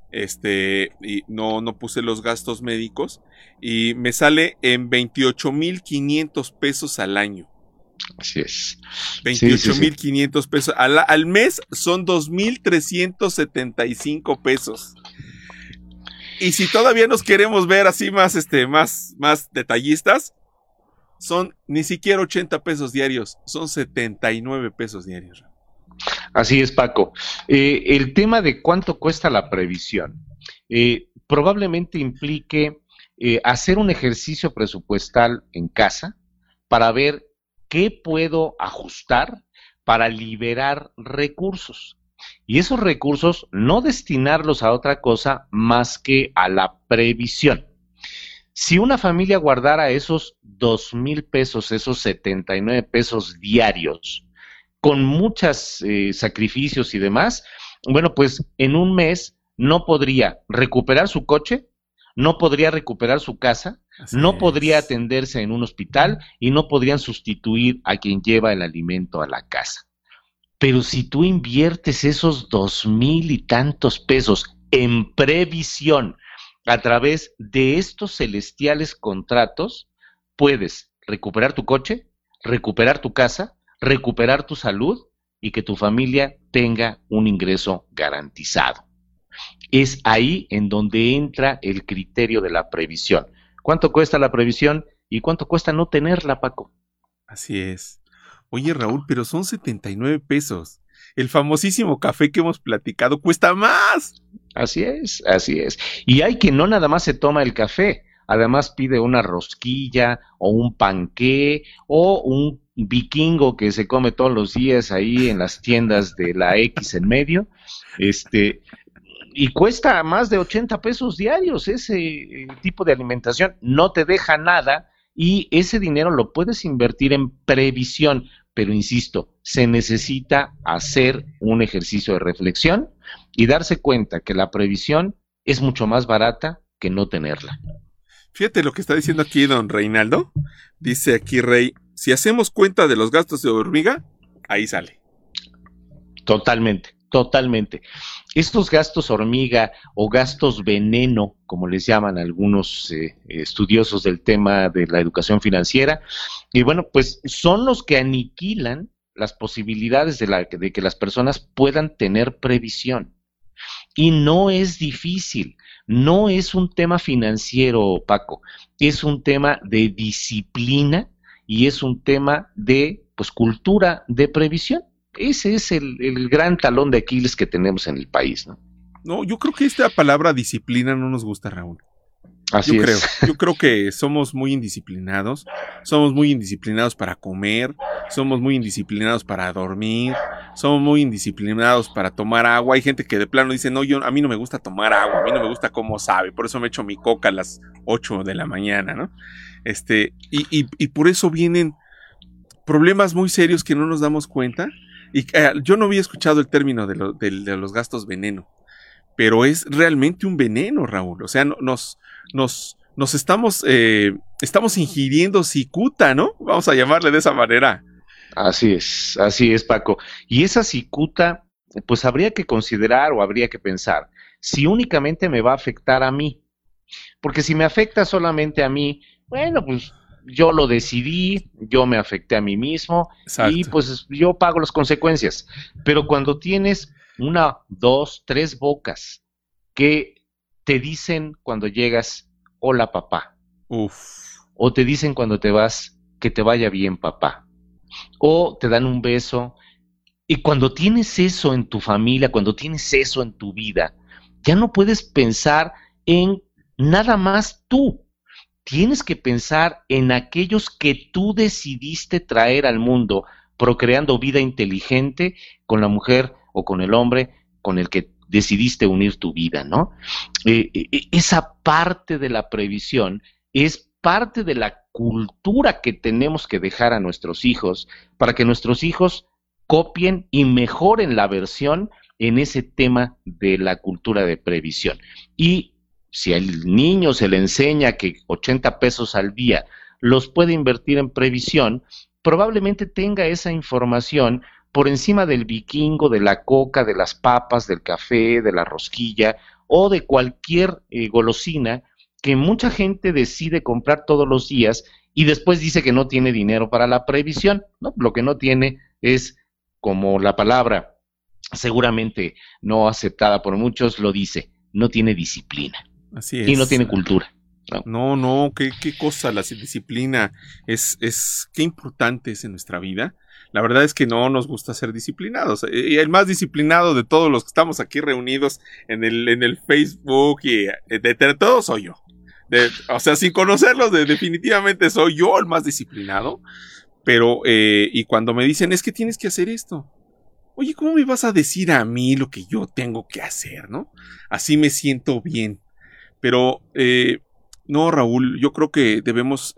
S1: y no puse los gastos médicos y me sale en 28,500 pesos al año.
S2: Así es. Sí, sí, sí.
S1: 28,500 pesos. Al mes son 2,375 pesos. Y si todavía nos queremos ver así más detallistas, son ni siquiera 80 pesos diarios, son 79 pesos diarios.
S2: Así es, Paco. El tema de cuánto cuesta la previsión probablemente implique hacer un ejercicio presupuestal en casa para ver qué puedo ajustar para liberar recursos. Y esos recursos no destinarlos a otra cosa más que a la previsión. Si una familia guardara esos 2,000 pesos, esos 79 pesos diarios, con muchos sacrificios y demás, bueno, pues en un mes no podría recuperar su coche, no podría recuperar su casa, no podría atenderse en un hospital y no podrían sustituir a quien lleva el alimento a la casa. Pero si tú inviertes esos 2,000 y tantos pesos en previsión a través de estos celestiales contratos, puedes recuperar tu coche, recuperar tu casa, recuperar tu salud y que tu familia tenga un ingreso garantizado. Es ahí en donde entra el criterio de la previsión. ¿Cuánto cuesta la previsión y cuánto cuesta no tenerla, Paco?
S1: Así es. Oye, Raúl, pero son 79 pesos. El famosísimo café que hemos platicado cuesta más.
S2: Así es, así es. Y hay quien no nada más se toma el café, además pide una rosquilla o un panqué o un vikingo que se come todos los días ahí en las tiendas de la X en medio, y cuesta más de 80 pesos diarios ese tipo de alimentación, no te deja nada y ese dinero lo puedes invertir en previsión, pero insisto, se necesita hacer un ejercicio de reflexión y darse cuenta que la previsión es mucho más barata que no tenerla.
S1: Fíjate lo que está diciendo aquí don Reinaldo. Dice aquí Rey, si hacemos cuenta de los gastos de hormiga, ahí sale.
S2: Totalmente, totalmente. Estos gastos hormiga o gastos veneno, como les llaman algunos estudiosos del tema de la educación financiera, y bueno, pues son los que aniquilan las posibilidades de que las personas puedan tener previsión. Y no es difícil, no es un tema financiero, Paco, es un tema de disciplina y es un tema de pues cultura de previsión. Ese es el gran talón de Aquiles que tenemos en el país, ¿no?
S1: No, yo creo que esta palabra disciplina no nos gusta, Raúl.
S2: Así es.
S1: Yo creo que somos muy indisciplinados para comer, somos muy indisciplinados para dormir, somos muy indisciplinados para tomar agua. Hay gente que de plano dice, no, a mí no me gusta tomar agua, a mí no me gusta cómo sabe, por eso me echo mi coca a las 8 de la mañana, ¿no? Y por eso vienen problemas muy serios que no nos damos cuenta. Y yo no había escuchado el término de los gastos veneno, pero es realmente un veneno, Raúl. O sea, nos estamos ingiriendo cicuta, ¿no? Vamos a llamarle de esa manera.
S2: Así es, Paco. Y esa cicuta, pues habría que considerar o habría que pensar si únicamente me va a afectar a mí. Porque si me afecta solamente a mí, bueno, pues yo lo decidí, yo me afecté a mí mismo. Exacto. Y pues yo pago las consecuencias. Pero cuando tienes 1, 2, 3 bocas que te dicen cuando llegas, hola papá.
S1: Uf.
S2: O te dicen cuando te vas, que te vaya bien papá. O te dan un beso. Y cuando tienes eso en tu familia, cuando tienes eso en tu vida, ya no puedes pensar en nada más tú. Tienes que pensar en aquellos que tú decidiste traer al mundo, procreando vida inteligente con la mujer o con el hombre con el que decidiste unir tu vida, ¿no? Esa parte de la previsión es parte de la cultura que tenemos que dejar a nuestros hijos para que nuestros hijos copien y mejoren la versión en ese tema de la cultura de previsión. Y si al niño se le enseña que 80 pesos al día los puede invertir en previsión, probablemente tenga esa información por encima del vikingo, de la coca, de las papas, del café, de la rosquilla o de cualquier golosina que mucha gente decide comprar todos los días y después dice que no tiene dinero para la previsión, ¿no? Lo que no tiene es, como la palabra seguramente no aceptada por muchos lo dice, no tiene disciplina.
S1: Así es.
S2: Y no tiene cultura.
S1: No, qué cosa, la disciplina qué importante es en nuestra vida. La verdad es que no nos gusta ser disciplinados. Y el más disciplinado de todos los que estamos aquí reunidos en el Facebook y de todos soy yo. O sea, sin conocerlos, definitivamente soy yo el más disciplinado. Pero, y cuando me dicen, es que tienes que hacer esto. Oye, ¿cómo me vas a decir a mí lo que yo tengo que hacer, no? Así me siento bien. Pero, no, Raúl, yo creo que debemos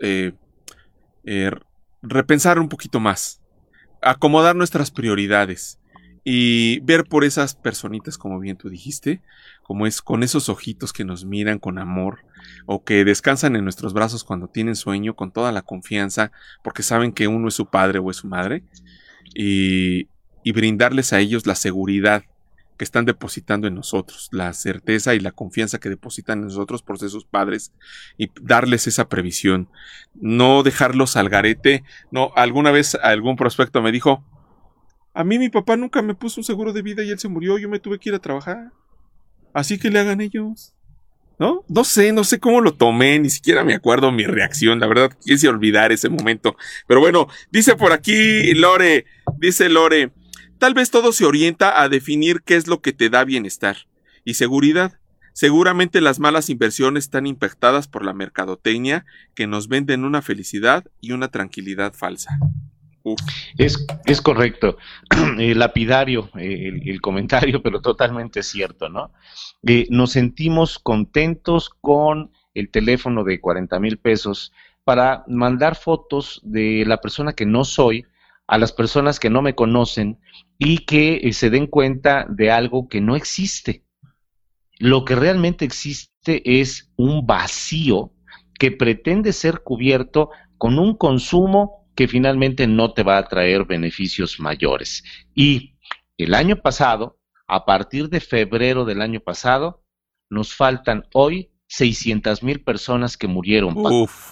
S1: repensar un poquito más. Acomodar nuestras prioridades. Y ver por esas personitas, como bien tú dijiste, como es con esos ojitos que nos miran con amor, o que descansan en nuestros brazos cuando tienen sueño, con toda la confianza, porque saben que uno es su padre o es su madre, y brindarles a ellos la seguridad que están depositando en nosotros, la certeza y la confianza que depositan en nosotros por ser sus padres, y darles esa previsión, no dejarlos al garete. No, alguna vez algún prospecto me dijo, a mí mi papá nunca me puso un seguro de vida y él se murió, yo me tuve que ir a trabajar, así que le hagan ellos. ¿No? No sé cómo lo tomé, ni siquiera me acuerdo mi reacción, la verdad quise olvidar ese momento. Pero bueno, dice por aquí Lore, tal vez todo se orienta a definir qué es lo que te da bienestar y seguridad. Seguramente las malas inversiones están impactadas por la mercadotecnia que nos venden una felicidad y una tranquilidad falsa. Uf.
S2: Es correcto, lapidario el comentario, pero totalmente cierto, ¿no? Nos sentimos contentos con el teléfono de 40,000 pesos para mandar fotos de la persona que no soy a las personas que no me conocen y que se den cuenta de algo que no existe. Lo que realmente existe es un vacío que pretende ser cubierto con un consumo que finalmente no te va a traer beneficios mayores. Y el año pasado, a partir de febrero del año pasado, nos faltan hoy 600,000 personas que murieron.
S1: Uf.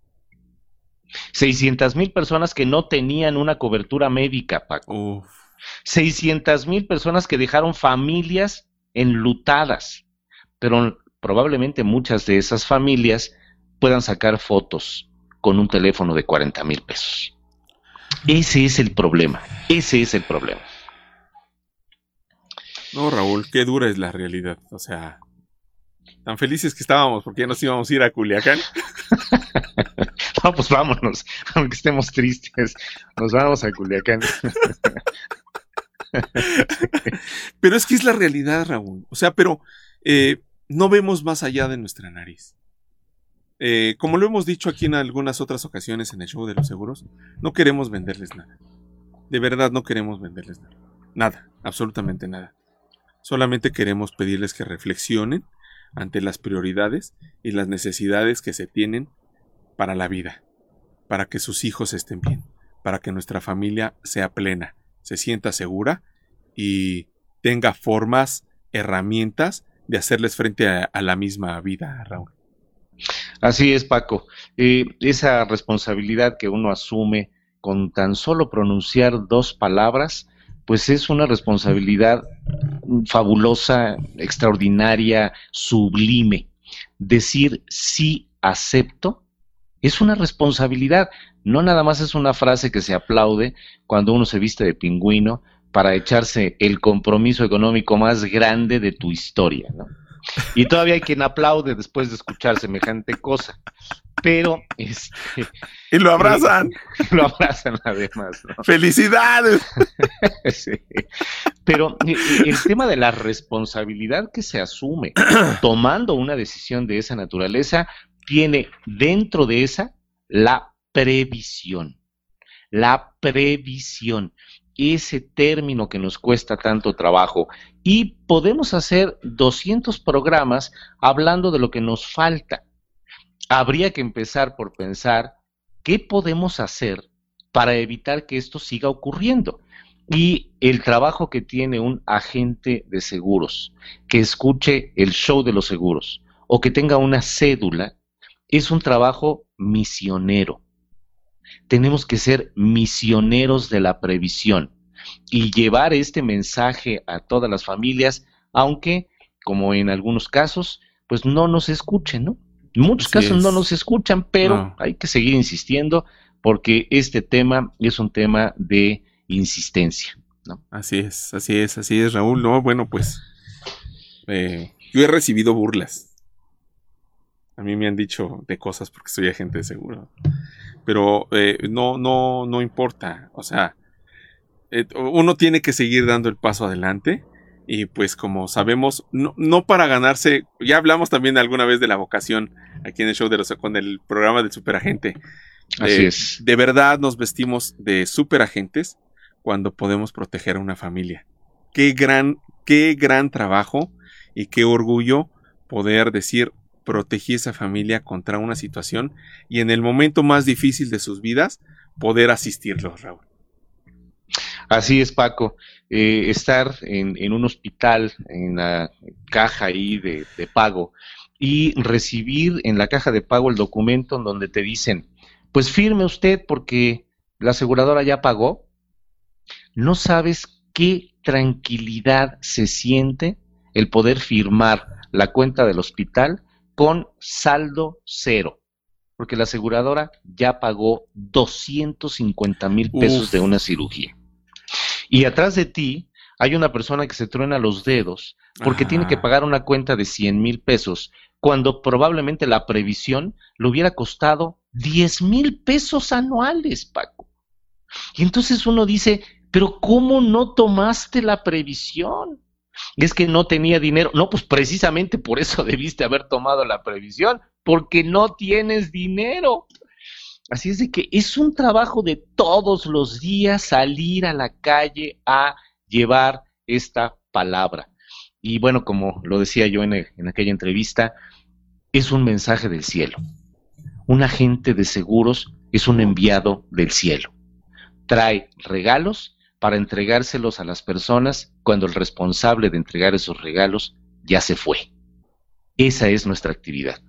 S2: 600,000 personas que no tenían una cobertura médica, Paco.
S1: Uf.
S2: 600,000 personas que dejaron familias enlutadas, pero probablemente muchas de esas familias puedan sacar fotos con un teléfono de 40,000 pesos. Ese es el problema.
S1: No, Raúl, qué dura es la realidad. O sea, tan felices que estábamos porque ya nos íbamos a ir a Culiacán.
S2: No, pues vámonos, aunque estemos tristes, nos vamos a Culiacán.
S1: Pero es que es la realidad, Raúl. O sea, pero no vemos más allá de nuestra nariz. Como lo hemos dicho aquí en algunas otras ocasiones en el show de los seguros, no queremos venderles nada. De verdad no queremos venderles nada. Nada, absolutamente nada. Solamente queremos pedirles que reflexionen ante las prioridades y las necesidades que se tienen para la vida, para que sus hijos estén bien, para que nuestra familia sea plena, se sienta segura y tenga formas, herramientas de hacerles frente a la misma vida, Raúl.
S2: Así es, Paco. Esa responsabilidad que uno asume con tan solo pronunciar 2 palabras, pues es una responsabilidad fabulosa, extraordinaria, sublime. Decir sí acepto es una responsabilidad. No nada más es una frase que se aplaude cuando uno se viste de pingüino para echarse el compromiso económico más grande de tu historia, ¿no? Y todavía hay quien aplaude después de escuchar semejante cosa. Pero
S1: y lo abrazan.
S2: Lo abrazan además, ¿no?
S1: ¡Felicidades!
S2: Sí. Pero el tema de la responsabilidad que se asume tomando una decisión de esa naturaleza tiene dentro de esa la previsión. La previsión. Ese término que nos cuesta tanto trabajo, y podemos hacer 200 programas hablando de lo que nos falta. Habría que empezar por pensar qué podemos hacer para evitar que esto siga ocurriendo. Y el trabajo que tiene un agente de seguros, que escuche el show de los seguros o que tenga una cédula, es un trabajo misionero. tenemos que ser misioneros de la previsión y llevar este mensaje a todas las familias, aunque, como en algunos casos, pues no nos escuchen, ¿no? En muchos casos no nos escuchan, pero hay que seguir insistiendo porque este tema es un tema de insistencia, ¿no?
S1: Así es, Raúl. No, bueno, pues yo he recibido burlas. A mí me han dicho de cosas porque soy agente de seguro. Pero no importa. O sea, uno tiene que seguir dando el paso adelante. Y pues como sabemos, no para ganarse, ya hablamos también alguna vez de la vocación aquí en el show con el programa del superagente.
S2: Así es.
S1: De verdad nos vestimos de superagentes cuando podemos proteger a una familia. Qué gran trabajo y qué orgullo poder decir, protegí a esa familia contra una situación y en el momento más difícil de sus vidas, poder asistirlos, Raúl.
S2: Así es, Paco. Estar en un hospital, en la caja ahí de pago, y recibir en la caja de pago el documento en donde te dicen, pues firme usted porque la aseguradora ya pagó. No sabes qué tranquilidad se siente el poder firmar la cuenta del hospital con saldo cero, porque la aseguradora ya pagó 250,000 pesos de una cirugía. Y atrás de ti hay una persona que se truena los dedos porque tiene que pagar una cuenta de 100,000 pesos, cuando probablemente la previsión le hubiera costado 10,000 pesos anuales, Paco. Y entonces uno dice, pero ¿cómo no tomaste la previsión? Es que no tenía dinero. No, pues precisamente por eso debiste haber tomado la previsión, porque no tienes dinero. Así es de que es un trabajo de todos los días salir a la calle a llevar esta palabra. Y bueno, como lo decía yo en aquella entrevista, es un mensaje del cielo. Un agente de seguros es un enviado del cielo. Trae regalos para entregárselos a las personas cuando el responsable de entregar esos regalos ya se fue. Esa es nuestra actividad.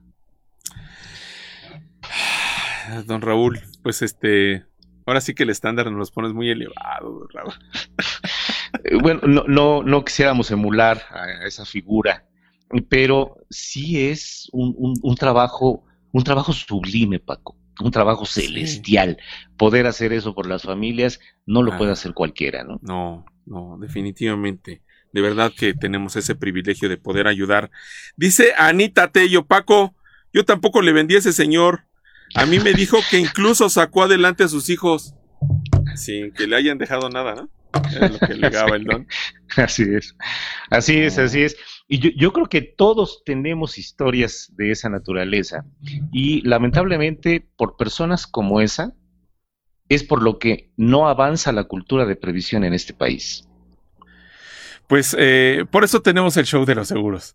S1: Don Raúl, pues ahora sí que el estándar nos los pones muy elevado, don Raúl.
S2: Bueno, no quisiéramos emular a esa figura, pero sí es un trabajo sublime, Paco, un trabajo celestial. Sí. Poder hacer eso por las familias no lo puede hacer cualquiera, ¿no?
S1: No, definitivamente. De verdad que tenemos ese privilegio de poder ayudar. Dice Anita Tello, Paco, yo tampoco le vendí a ese señor. A mí me dijo que incluso sacó adelante a sus hijos sin que le hayan dejado nada, ¿no? Era lo que legaba el don.
S2: Así es. Y yo creo que todos tenemos historias de esa naturaleza. Y lamentablemente, por personas como esa, es por lo que no avanza la cultura de previsión en este país.
S1: Pues por eso tenemos el show de los seguros.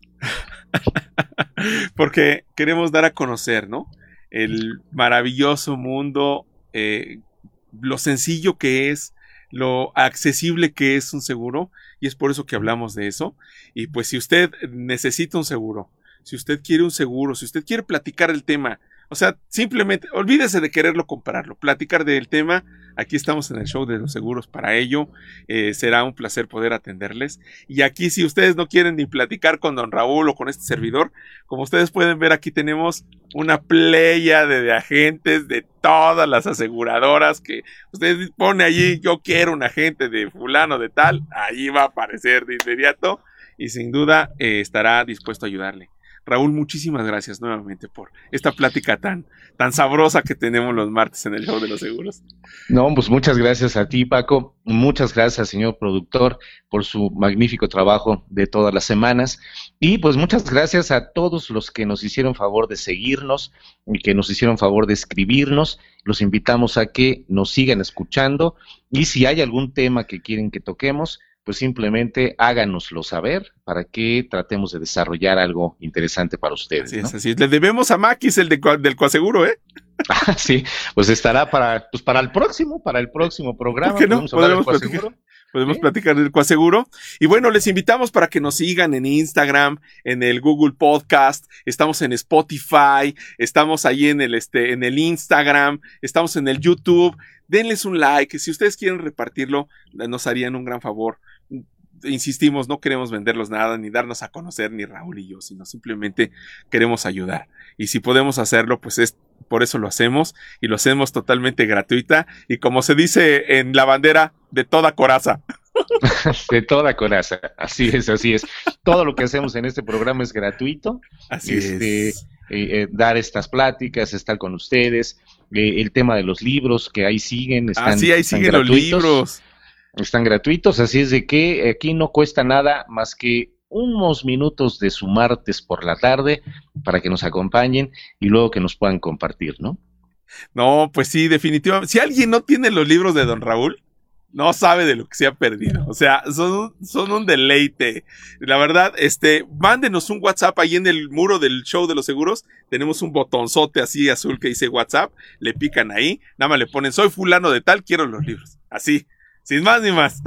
S1: Porque queremos dar a conocer, ¿no? El maravilloso mundo, lo sencillo que es, lo accesible que es un seguro, y es por eso que hablamos de eso. Y pues si usted necesita un seguro, si usted quiere un seguro, si usted quiere platicar el tema, o sea, simplemente olvídese de quererlo comprarlo, platicar del tema. Aquí estamos en el show de los seguros para ello. Será un placer poder atenderles. Y aquí, si ustedes no quieren ni platicar con don Raúl o con este servidor, como ustedes pueden ver, aquí tenemos una playa de agentes de todas las aseguradoras que usted pone allí, yo quiero un agente de fulano de tal, allí va a aparecer de inmediato y sin duda estará dispuesto a ayudarle. Raúl, muchísimas gracias nuevamente por esta plática tan sabrosa que tenemos los martes en el show de los seguros.
S2: No, pues muchas gracias a ti, Paco. Muchas gracias, señor productor, por su magnífico trabajo de todas las semanas. Y pues muchas gracias a todos los que nos hicieron favor de seguirnos y que nos hicieron favor de escribirnos. Los invitamos a que nos sigan escuchando y si hay algún tema que quieren que toquemos, pues simplemente háganoslo saber para que tratemos de desarrollar algo interesante para ustedes.
S1: Así es, ¿no? Así es. Le debemos a Maquis del coaseguro, ¿eh?
S2: Sí, pues estará para el próximo programa.
S1: ¿Por qué no? podemos platicar del coaseguro. Y bueno, les invitamos para que nos sigan en Instagram, en el Google Podcast, estamos en Spotify, estamos ahí en el Instagram, estamos en el YouTube. Denles un like, si ustedes quieren repartirlo, nos harían un gran favor. Insistimos, no queremos venderlos nada, ni darnos a conocer, ni Raúl y yo, sino simplemente queremos ayudar. Y si podemos hacerlo, pues es por eso lo hacemos, y lo hacemos totalmente gratuita, y como se dice en la bandera, de toda coraza.
S2: De toda coraza, así es, así es. Todo lo que hacemos en este programa es gratuito.
S1: Así es.
S2: Dar estas pláticas, estar con ustedes, el tema de los libros que ahí siguen,
S1: ahí siguen los libros.
S2: Están gratuitos, así es de que aquí no cuesta nada más que unos minutos de su martes por la tarde para que nos acompañen y luego que nos puedan compartir, ¿no?
S1: No, pues sí, definitivamente. Si alguien no tiene los libros de Don Raúl, no sabe de lo que se ha perdido. O sea, son un deleite. La verdad, mándenos un WhatsApp ahí en el muro del show de los seguros. Tenemos un botonzote así azul que dice WhatsApp. Le pican ahí. Nada más le ponen, soy fulano de tal, quiero los libros. Así, sin más ni más.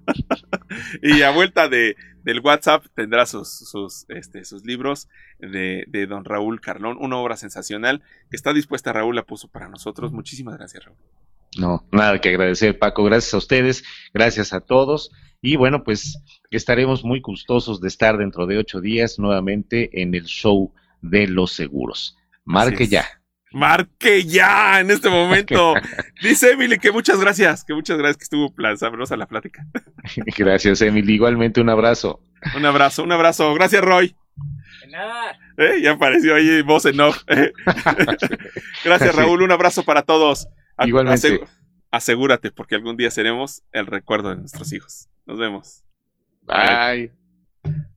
S1: Y a vuelta del WhatsApp tendrá sus libros de Don Raúl Carlón. Una obra sensacional que está dispuesta, Raúl la puso para nosotros. Muchísimas gracias, Raúl.
S2: No, nada que agradecer, Paco. Gracias a ustedes, gracias a todos. Y bueno, pues estaremos muy gustosos de estar dentro de 8 días nuevamente en el show de los seguros. Marque ya.
S1: Marque ya en este momento. Dice Emily que muchas gracias, que estuvo sabrosa la plática.
S2: Gracias, Emily. Igualmente un abrazo.
S1: Un abrazo. Gracias, Roy.
S3: De nada.
S1: Ya apareció ahí voz en off. Gracias, Raúl. Un abrazo para todos.
S2: Igualmente.
S1: Asegúrate, porque algún día seremos el recuerdo de nuestros hijos. Nos vemos.
S2: Bye.